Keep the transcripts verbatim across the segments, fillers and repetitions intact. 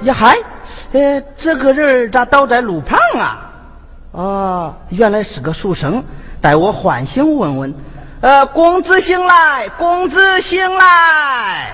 呀嗨，呃，这个人咋倒在路旁啊？哦，原来是个书生，待我唤醒问问。呃，公子醒来，公子醒来。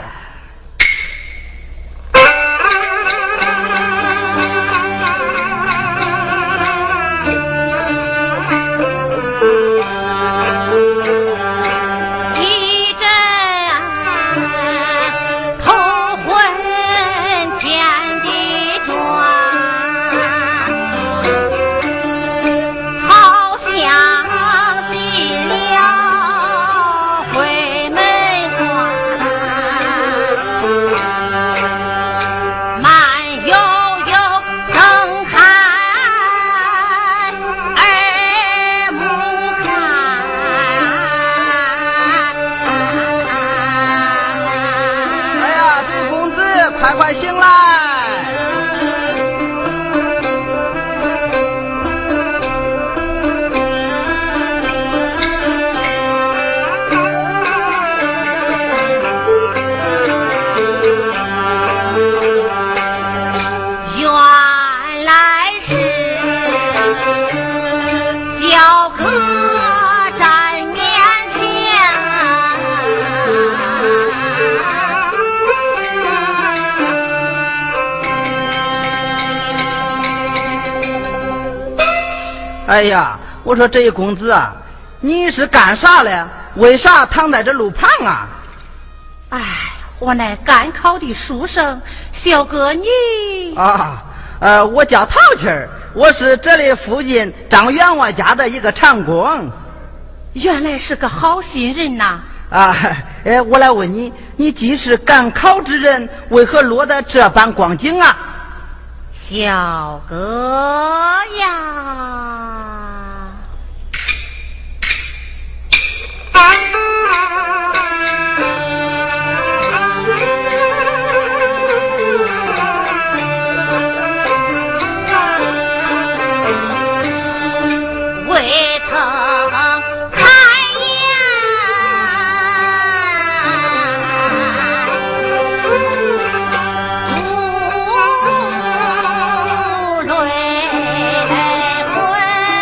哎呀，我说这一公子啊，你是干啥嘞？为啥躺在这路旁啊？ 哎，我乃赶考的书生，小哥你啊，呃，我叫陶七儿，我是这里附近张员外家的一个长工。 原来是个好心人呐！ 啊，哎，我来问你，你既是赶考之人，为何落得这般光景啊？ 小哥呀，未曾开眼，无泪滚。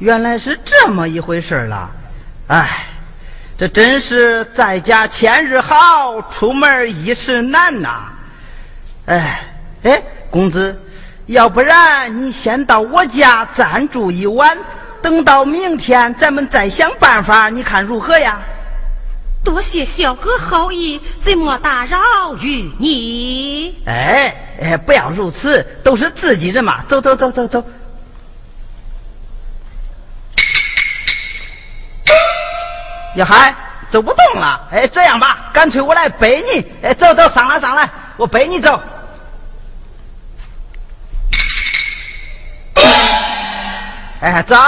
原来是这么一回事了。哎，这真是在家千日好，出门一时难呐、啊。哎哎，公子，要不然你先到我家暂住一晚，等到明天咱们再想办法，你看如何呀？ 多谢小哥好意，怎么打扰于你？ 哎哎，不要如此，都是自己人嘛。走走走走走。呀嗨，走不动了。哎，这样吧，干脆我来背你。哎，走走，上来上来，我背你走。哎，走。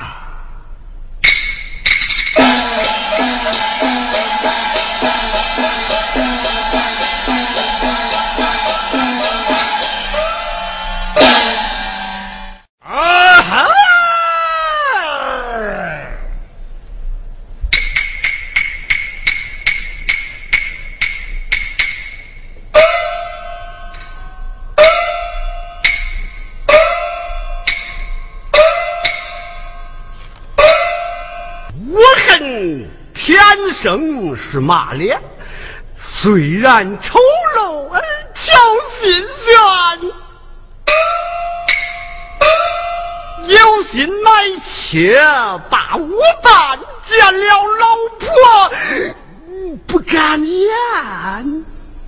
生是马脸，虽然丑陋而挑心弦，有心买妾把我办，见了老婆不敢言。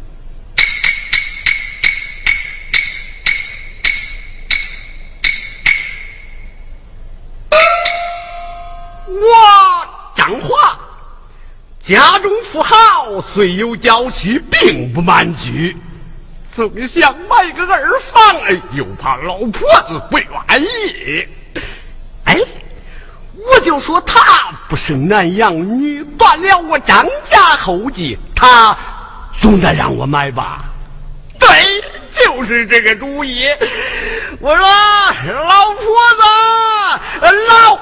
我张华家中富豪，虽有娇妻，并不满居，总想买个二房，哎，又怕老婆子不愿意。哎，我就说他不生男养女，断了我张家后继，他总得让我买吧？对，就是这个主意。我说老婆子，老。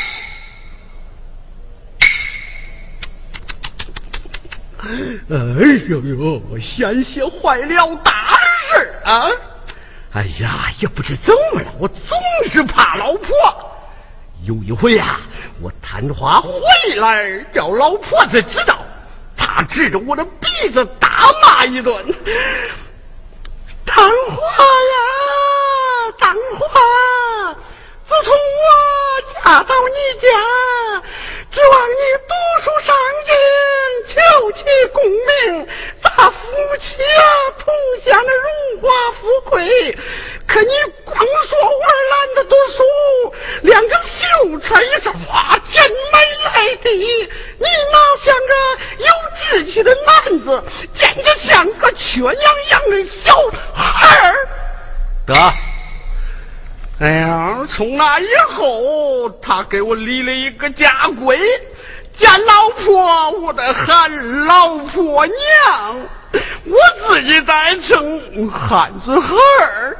哎呦呦，险些坏了大事啊！哎呀，也不知怎么了，我总是怕老婆。有一回啊，我探花回来，叫老婆子知道，她指着我的鼻子大骂一顿。张华呀，张华，自从我嫁到你家，指望你读书上进，求其功名，咱夫妻啊同享的荣华富贵。可你光说我懒得读书，连个秀才也是花钱买来的，你哪像个有志气的男子，简直像个缺氧样的小孩儿。得，哎呀，从那以后，他给我立了一个家规，见老婆我得喊老婆娘，我自己代称汉子孩儿。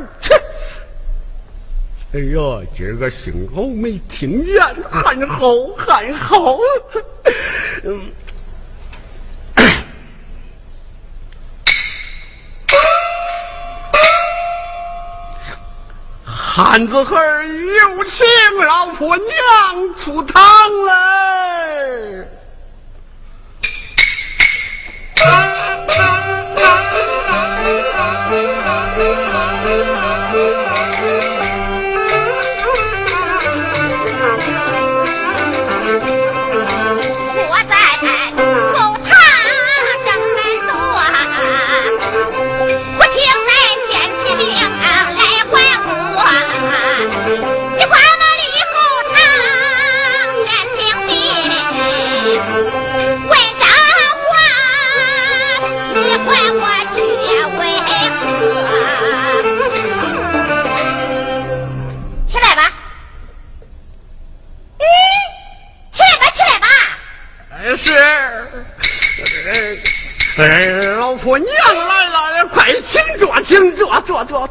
哎呀，今个幸好没听见，还好还好。嗯。汉子孩儿有请老婆娘出堂了。哎，老婆娘来了，快请坐，请坐，坐坐。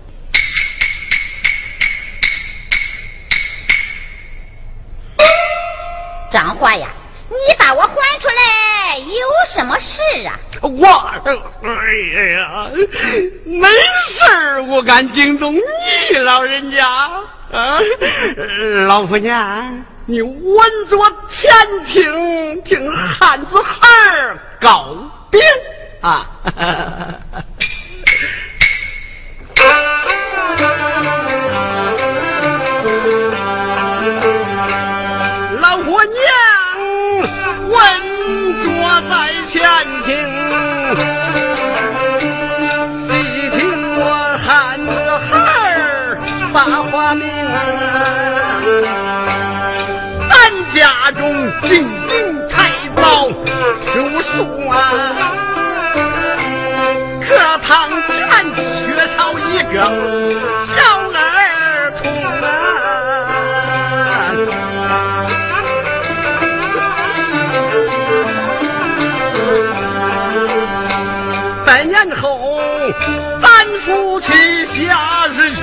张华呀，你把我唤出来有什么事啊？ 我，哎呀，没事儿，我敢惊动你老人家。 啊，老婆娘，你稳坐前厅，听汉子孩儿告禀啊！老婆娘稳坐在前厅，细听我汉子孩儿把话明。咱家中金银财宝出数啊，课堂前缺少一个小儿童啊。百年后咱夫妻下世去，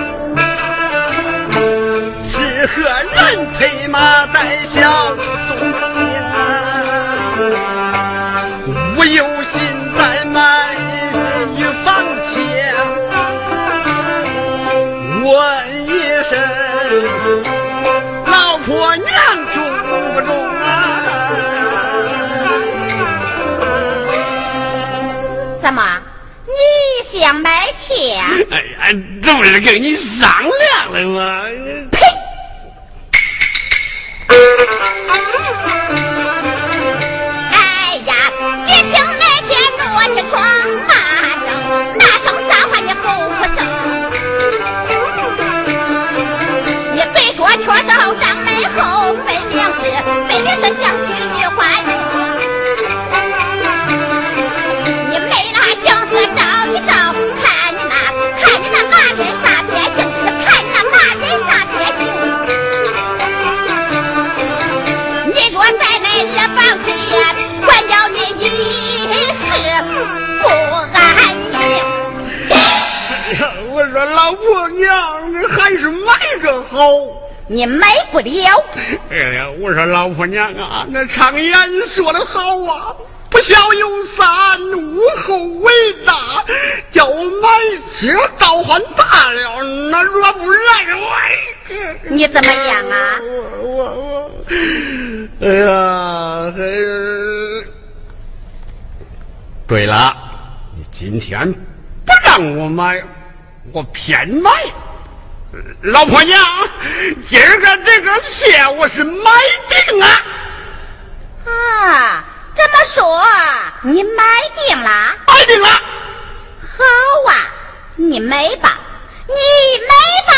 是何人陪马带小送子命啊？我有心再买一房钱，问一声老婆娘中不中啊？ 怎么你想买钱？ 哎呀，这不是跟你商量了吗？ 呸！哎呀，一听那天落起床骂声，大声脏话你吼不声。你非说缺少张门后分明是，分明是想起你话说。你没拿镜子照一照，看你那看你那马人啥别性，看你那马人啥别性。你若在那这房子里，管教你一世不安宁。 我说老婆娘，还是买个好。 你买不了。 哎呀，我说老婆娘啊，那常言说得好啊，不孝有三，无后为大。叫我买车倒还大了，那若不然我你怎么样啊？ 我我我，哎呀，哎呀，对了，你今天不让我买，我偏买。老婆娘，今儿个这个鞋我是买定了。 啊，这么说你买定了？ 买定了。 好啊，你买吧，你买吧。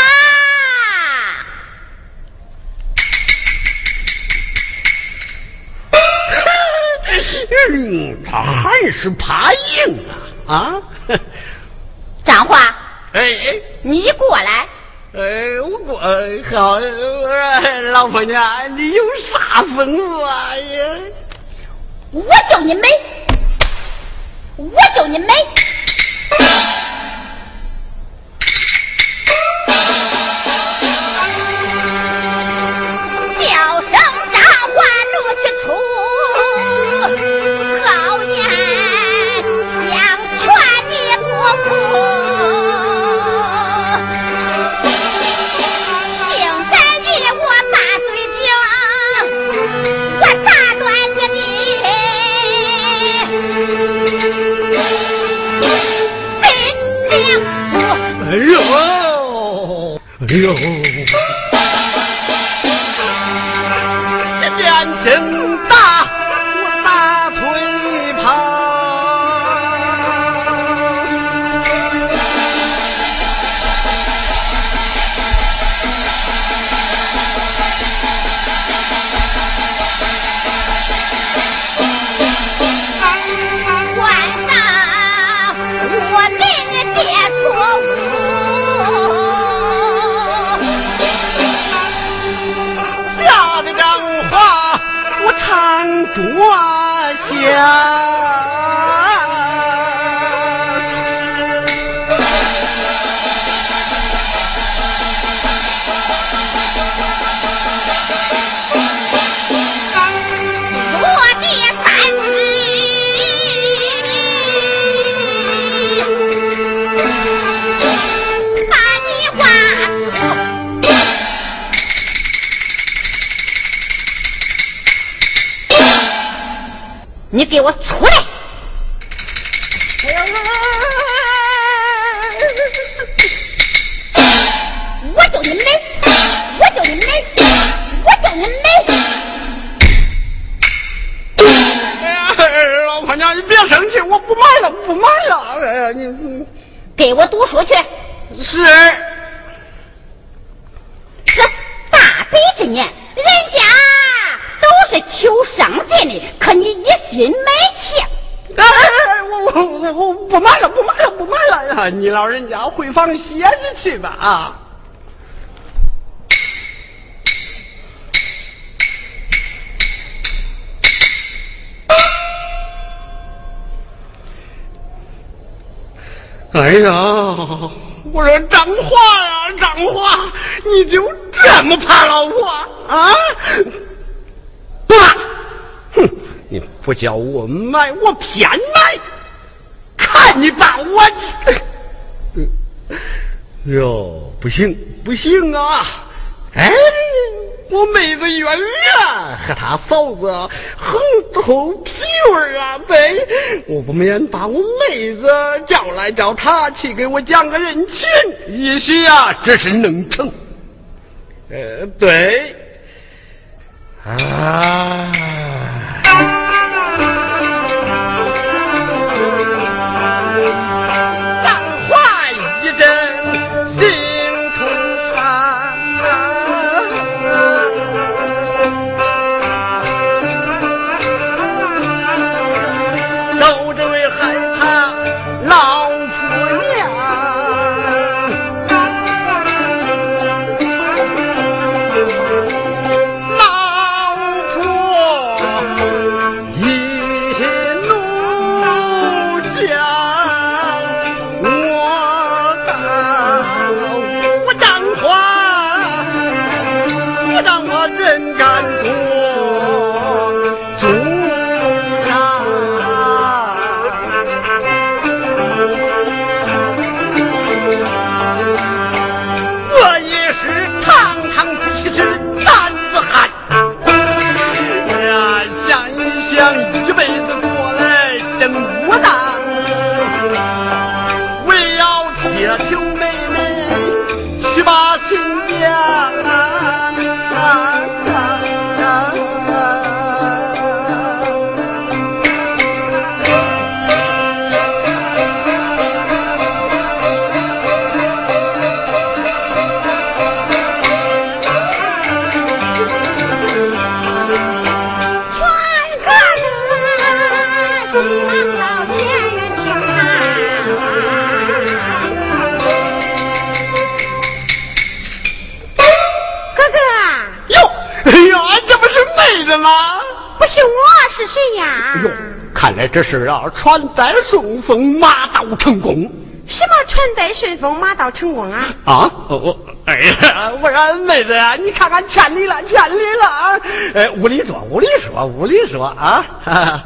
嗯，他还是怕硬啊啊！ 张华， 哎， 你过来。 哎，我过好，老婆娘，你有啥吩咐啊呀？ 我叫你买，我叫你买。叫声大话如其出，好言想劝你不服。现在你我把嘴讲，我打断你的本领。 哎呦，哎呦。眼睁大，我大腿旁。 晚上我命你别错误。 你给我出来！我叫你美，我叫你美，我叫你美！ 老婆娘，你别生气，我不买了，不买了。哎呀，你给我读书去。 是。 这大北之年，人家都是求上进的，可你一心买气。 哎哎哎，我我我我不买了，不买了，不买了呀！你老人家回房歇着去吧啊！哎呀，我说张华呀，张华，你就这么怕老婆啊？不怕？哼！你不叫我买，我偏买，看你把我哟，不行不行啊！哎，我妹子圆圆和她嫂子横透皮味啊，对，我不免把我妹子叫来叫她去给我讲个人情，也许啊这是能成。呃，对，啊。这是啊，传代顺风，马到成功。 什么传代顺风，马到成功啊？ 啊，哦，哎呀，我说妹子呀，你看看千里了，千里了啊！哎，屋里说，屋里说，屋里说啊！哈哈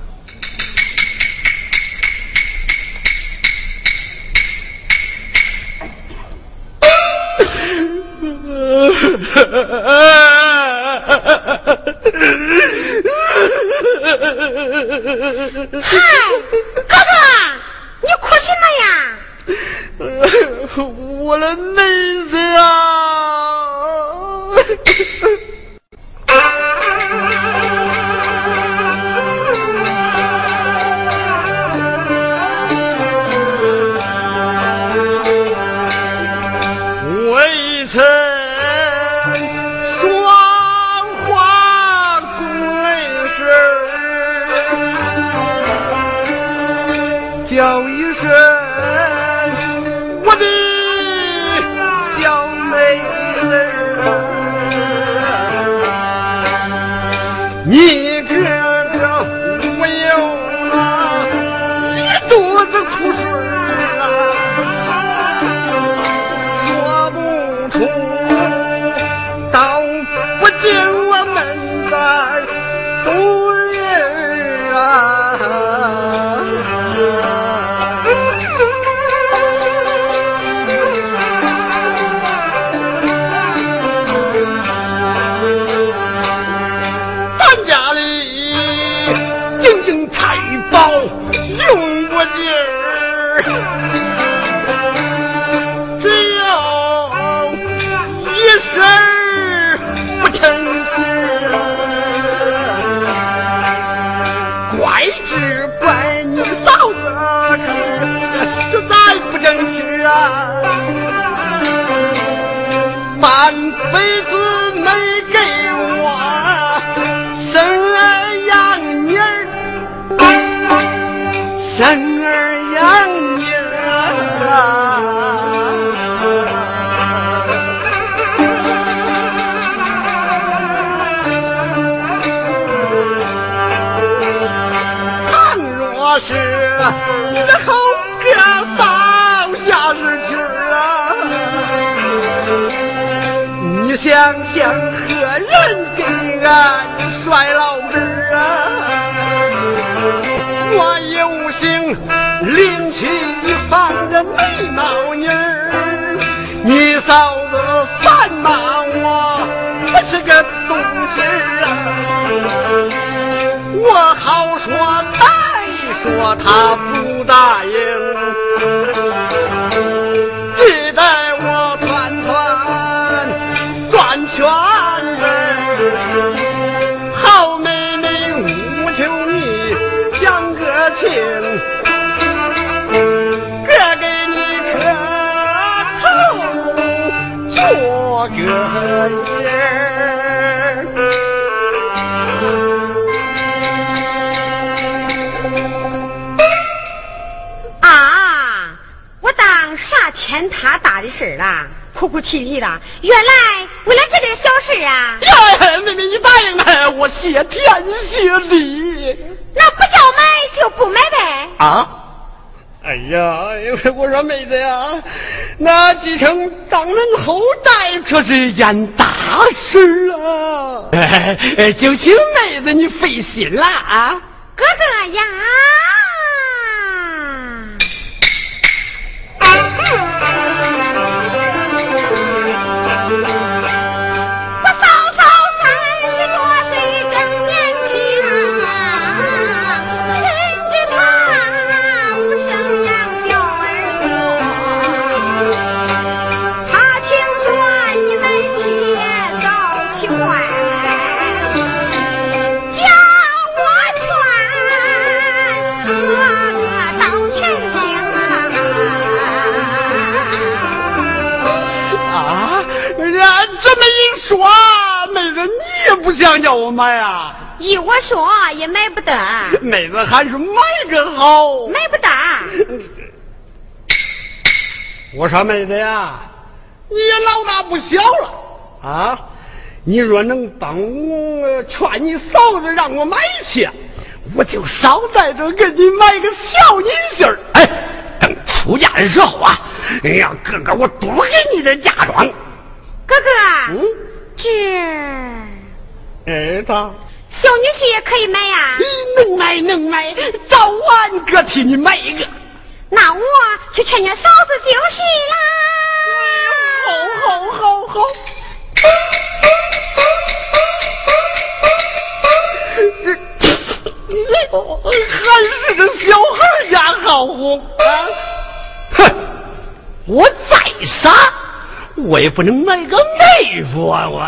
嗨，哥哥，你哭什么呀？ 我的妹子啊！未曾双花归时，叫一声我的小妹子，你哥哥我有了一肚子苦水啊，说不出，到不见我们在不人啊。咱家的你的好哥放下事情啊！你想想何人给俺甩老子啊？我也无心领起放着美貌女儿，你嫂子反骂我我是个东西啊！我好说歹说他不答应，只待我团团转圈儿，好妹妹无求你讲个情，哥给你磕头做个揖儿。 啊，我当啥欠他大的事了，哭哭啼啼的，原来为了这点小事啊！ 呀，妹妹你答应了，我谢天谢地。 那不叫买就不买呗。 啊！哎呀，我说妹子呀，那继承长人后代可是一件大事啊！哎，就请妹子你费心了啊！ 哥哥呀！ 说妹子你也不想叫我买啊？ 依我说也买不得。 妹子还是买个好。 买不得。 我说妹子呀，你也老大不小了啊！你若能帮我劝你嫂子让我买去，我就少在这给你买个小银杏儿。哎，等出嫁的时候啊，哎呀，哥哥我多给你点嫁妆。 哥哥， 嗯， 这， 哎，咋？ 小女婿也可以买呀、啊？ 能买能买，早晚哥替你买一个。 那我去劝劝嫂子就是啦。好好好好。这还是个小孩家好哄啊！哼，我再傻，我也不能买个妹夫啊！我。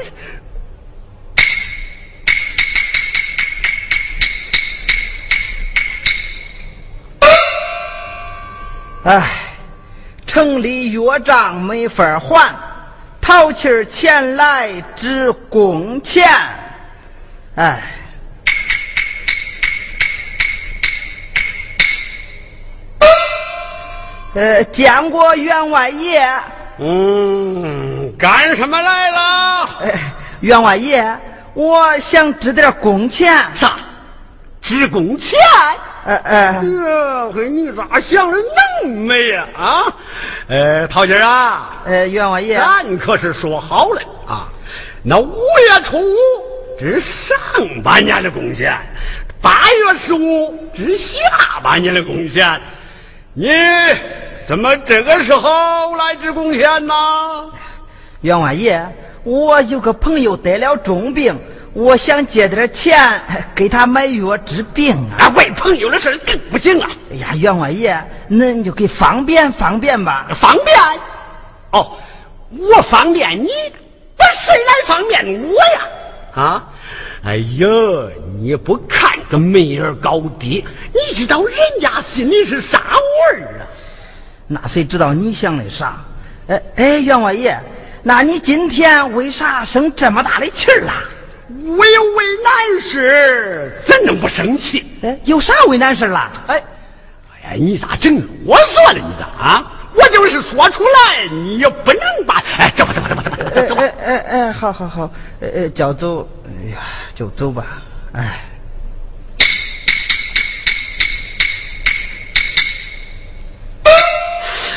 唉，城里约账没法还，淘气儿前来只工钱。唉，呃，见过员外爷。 嗯，干什么来了？ 哎，员外爷，我想支点工钱。 啥？支工钱？ 呃呃， 这你咋想的那么美呀？啊，呃，陶姐啊， 呃，员外爷， 咱可是说好了啊，那五月初五值上半年的工钱，八月十五值下半年的工钱，你怎么这个时候来值工钱呢？ 员外爷，我有个朋友得了重病。我想借点钱给他买药治病啊！ 为朋友的事更不行啊！ 哎呀，员外爷，恁就给方便方便吧。 方便？哦，我方便你，不谁来方便我呀？啊！哎呀，你不看个媚儿高低，你知道人家心里是啥味儿啊？ 那谁知道你想的啥？哎哎，员外爷，那你今天为啥生这么大的气儿啊？ 我有为难事，怎能不生气？ 哎，有啥为难事了？ 哎，哎呀，你咋整啰嗦了？你咋啊？我就是说出来，你也不能把哎，走吧，走吧，走吧，走吧，走吧。 哎哎哎，好好好，呃呃，叫走，哎呀，就走吧。哎，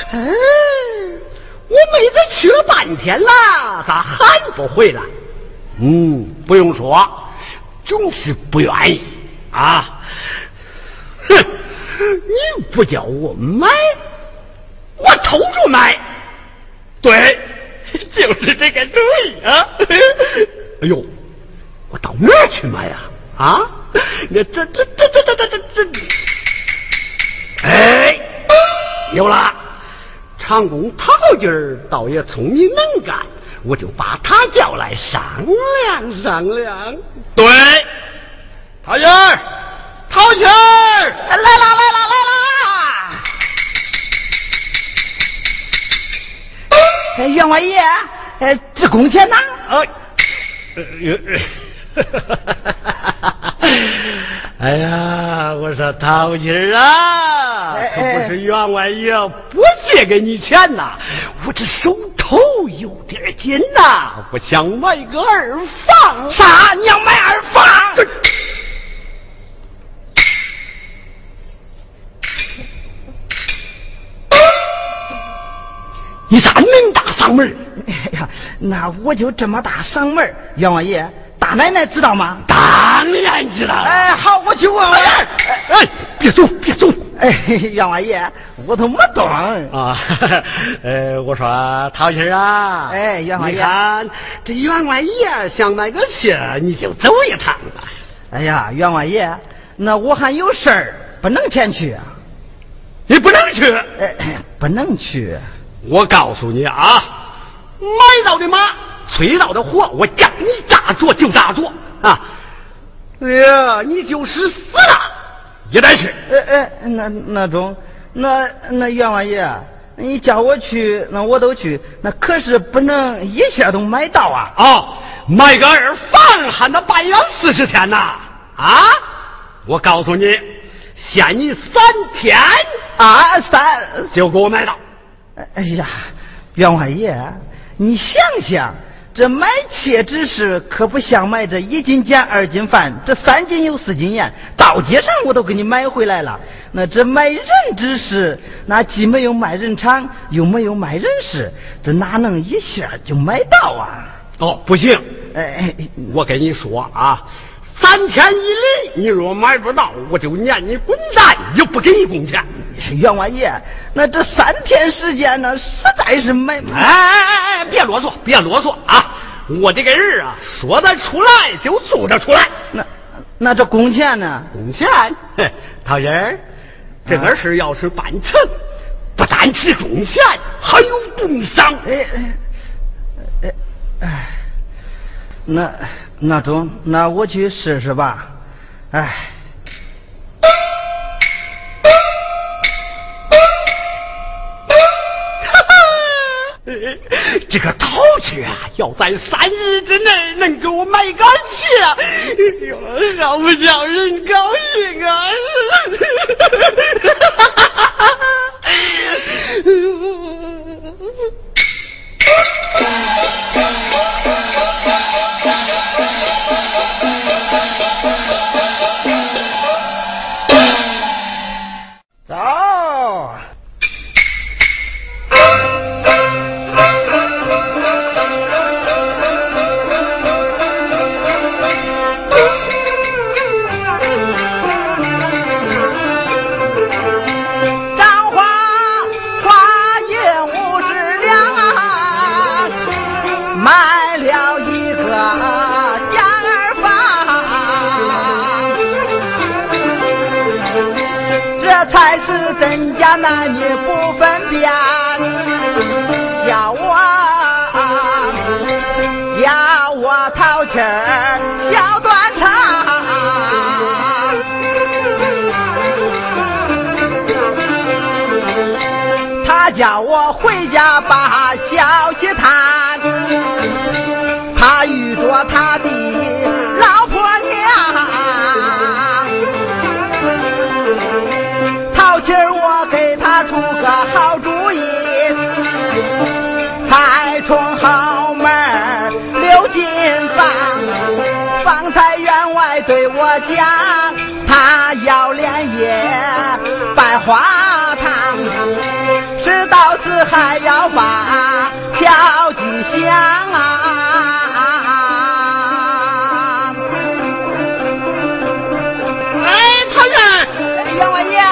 哎，我妹子去了半天了，咋还不回来？嗯，不用说，总是不愿意啊。哼，你不叫我买，我偷着买。对，就是这个主意啊。哎呦，我到哪儿去买呀？啊，那这这这这这这这这，哎，有了。长工陶金儿倒也聪明能干，我就把他叫来商量商量。对，陶金儿，陶金儿， 来啦来啦来啦！哎，员外爷，哎，这工钱呢？ 哎，哎呀，我说陶金儿啊， 哎可不是员外爷不借给你钱呐，我这手头有点紧呐，我想买个二房。 啥？你要买二房？ 你咋能大嗓门？ 哎呀，那我就这么大嗓门，员外爷，大奶奶知道吗？ 当然知道。 哎，好，我去问问。 哎，哎，别走，别走。 哎，员外爷，我都没懂啊。呃，我说陶心啊， 哎，员外爷， 你看这员外爷想买个戏，你就走一趟吧。 哎呀，员外爷，那我还有事儿，不能前去啊。 你不能去？ 哎，不能去。 我告诉你啊，买到的马，催到的火，我叫你咋做就咋做啊！哎呀，你就是死了也得是。 哎哎，那那种，那那员外爷，你叫我去，那我都去，那可是不能一下都买到啊！ 哦，买个二房还得半月四十天呐！啊，我告诉你，限你三天啊，三就给我买到。 哎呀，员外爷，你想想，这买切之事可不像买这一斤碱二斤饭，这三斤油四斤盐，到街上我都给你买回来了。那这买人之事，那既没有卖人场，又没有卖人市，这哪能一下就买到啊？ 哦，不行， 哎， 我跟你说啊，三天以内你若买不到，我就撵你滚蛋，又不给你工钱。 员外爷，那这三天时间呢，实在是买哎哎哎，别啰嗦，别啰嗦啊！我这个人啊，说得出来就做得出来。 那那这工钱呢？ 工钱，嘿，陶人儿，这个事要是办成，不但是工钱，还有工伤。 哎哎哎哎，那那种，那我去试试吧。哎。 这个陶器啊，要在三日之内能给我买个戏啊！哎呦，好不叫人高兴啊！ 走。才是真假男女不分辨，叫我叫我淘气儿小断肠，他叫我回家把消息谈，他遇着他的老婆娘。陶七儿，我给他出个好主意，才从后门溜进房，方才员外对我讲，他要连夜摆花堂，事到此还要把敲击响啊！ 哎，讨厌， 员外爷，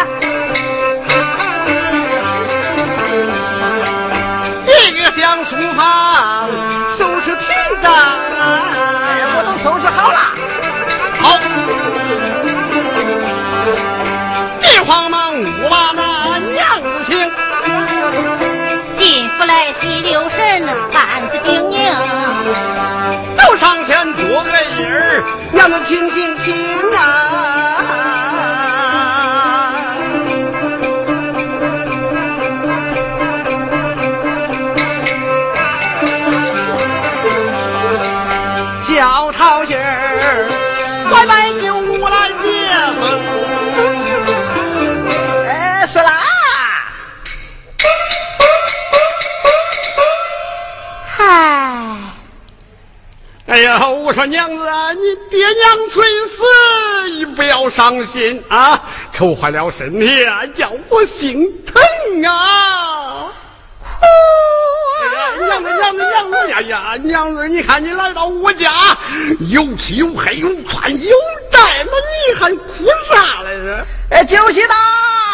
这个厢书房收拾停当， 哎，我都收拾好了。 好，这慌忙我把那娘子请。 进府来洗六神，板子叮咛， 走上前做个揖儿，娘子请请请啊！叫桃心儿，快来就我来结婚。 哎，是啦。 嗨， 哎呀，我说娘子啊，你爹娘虽死，你不要伤心啊，愁坏了身体啊，叫我心疼啊！哎呀，娘子娘子娘子呀呀，娘子，你看你来到我家，有吃有喝有穿有戴，那你还哭啥来着？ 哎，就是的。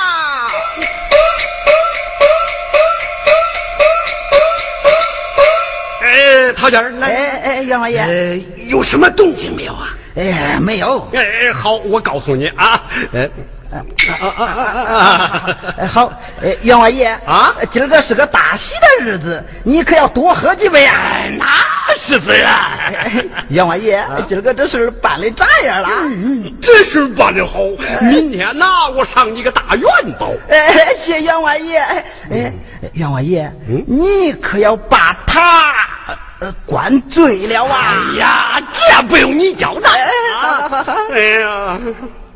哎，陶家来， 哎哎，员外爷， 哎，有什么动静没有啊？ 哎，没有。 哎，好，我告诉你啊，哎。啊啊啊啊啊！ 哎，好，哎，员外爷啊， 今儿个是个大喜的日子，你可要多喝几杯啊！ 哎，那是自然。 员外爷，今儿个这事办的咋样了？ 嗯，这事办的好。明天呐，我上你个大元宝。 哎，谢员外爷。哎，员外爷， 嗯， 你可要把他呃灌醉了啊！ 哎呀，这不用你交代。 哎， 哎呀。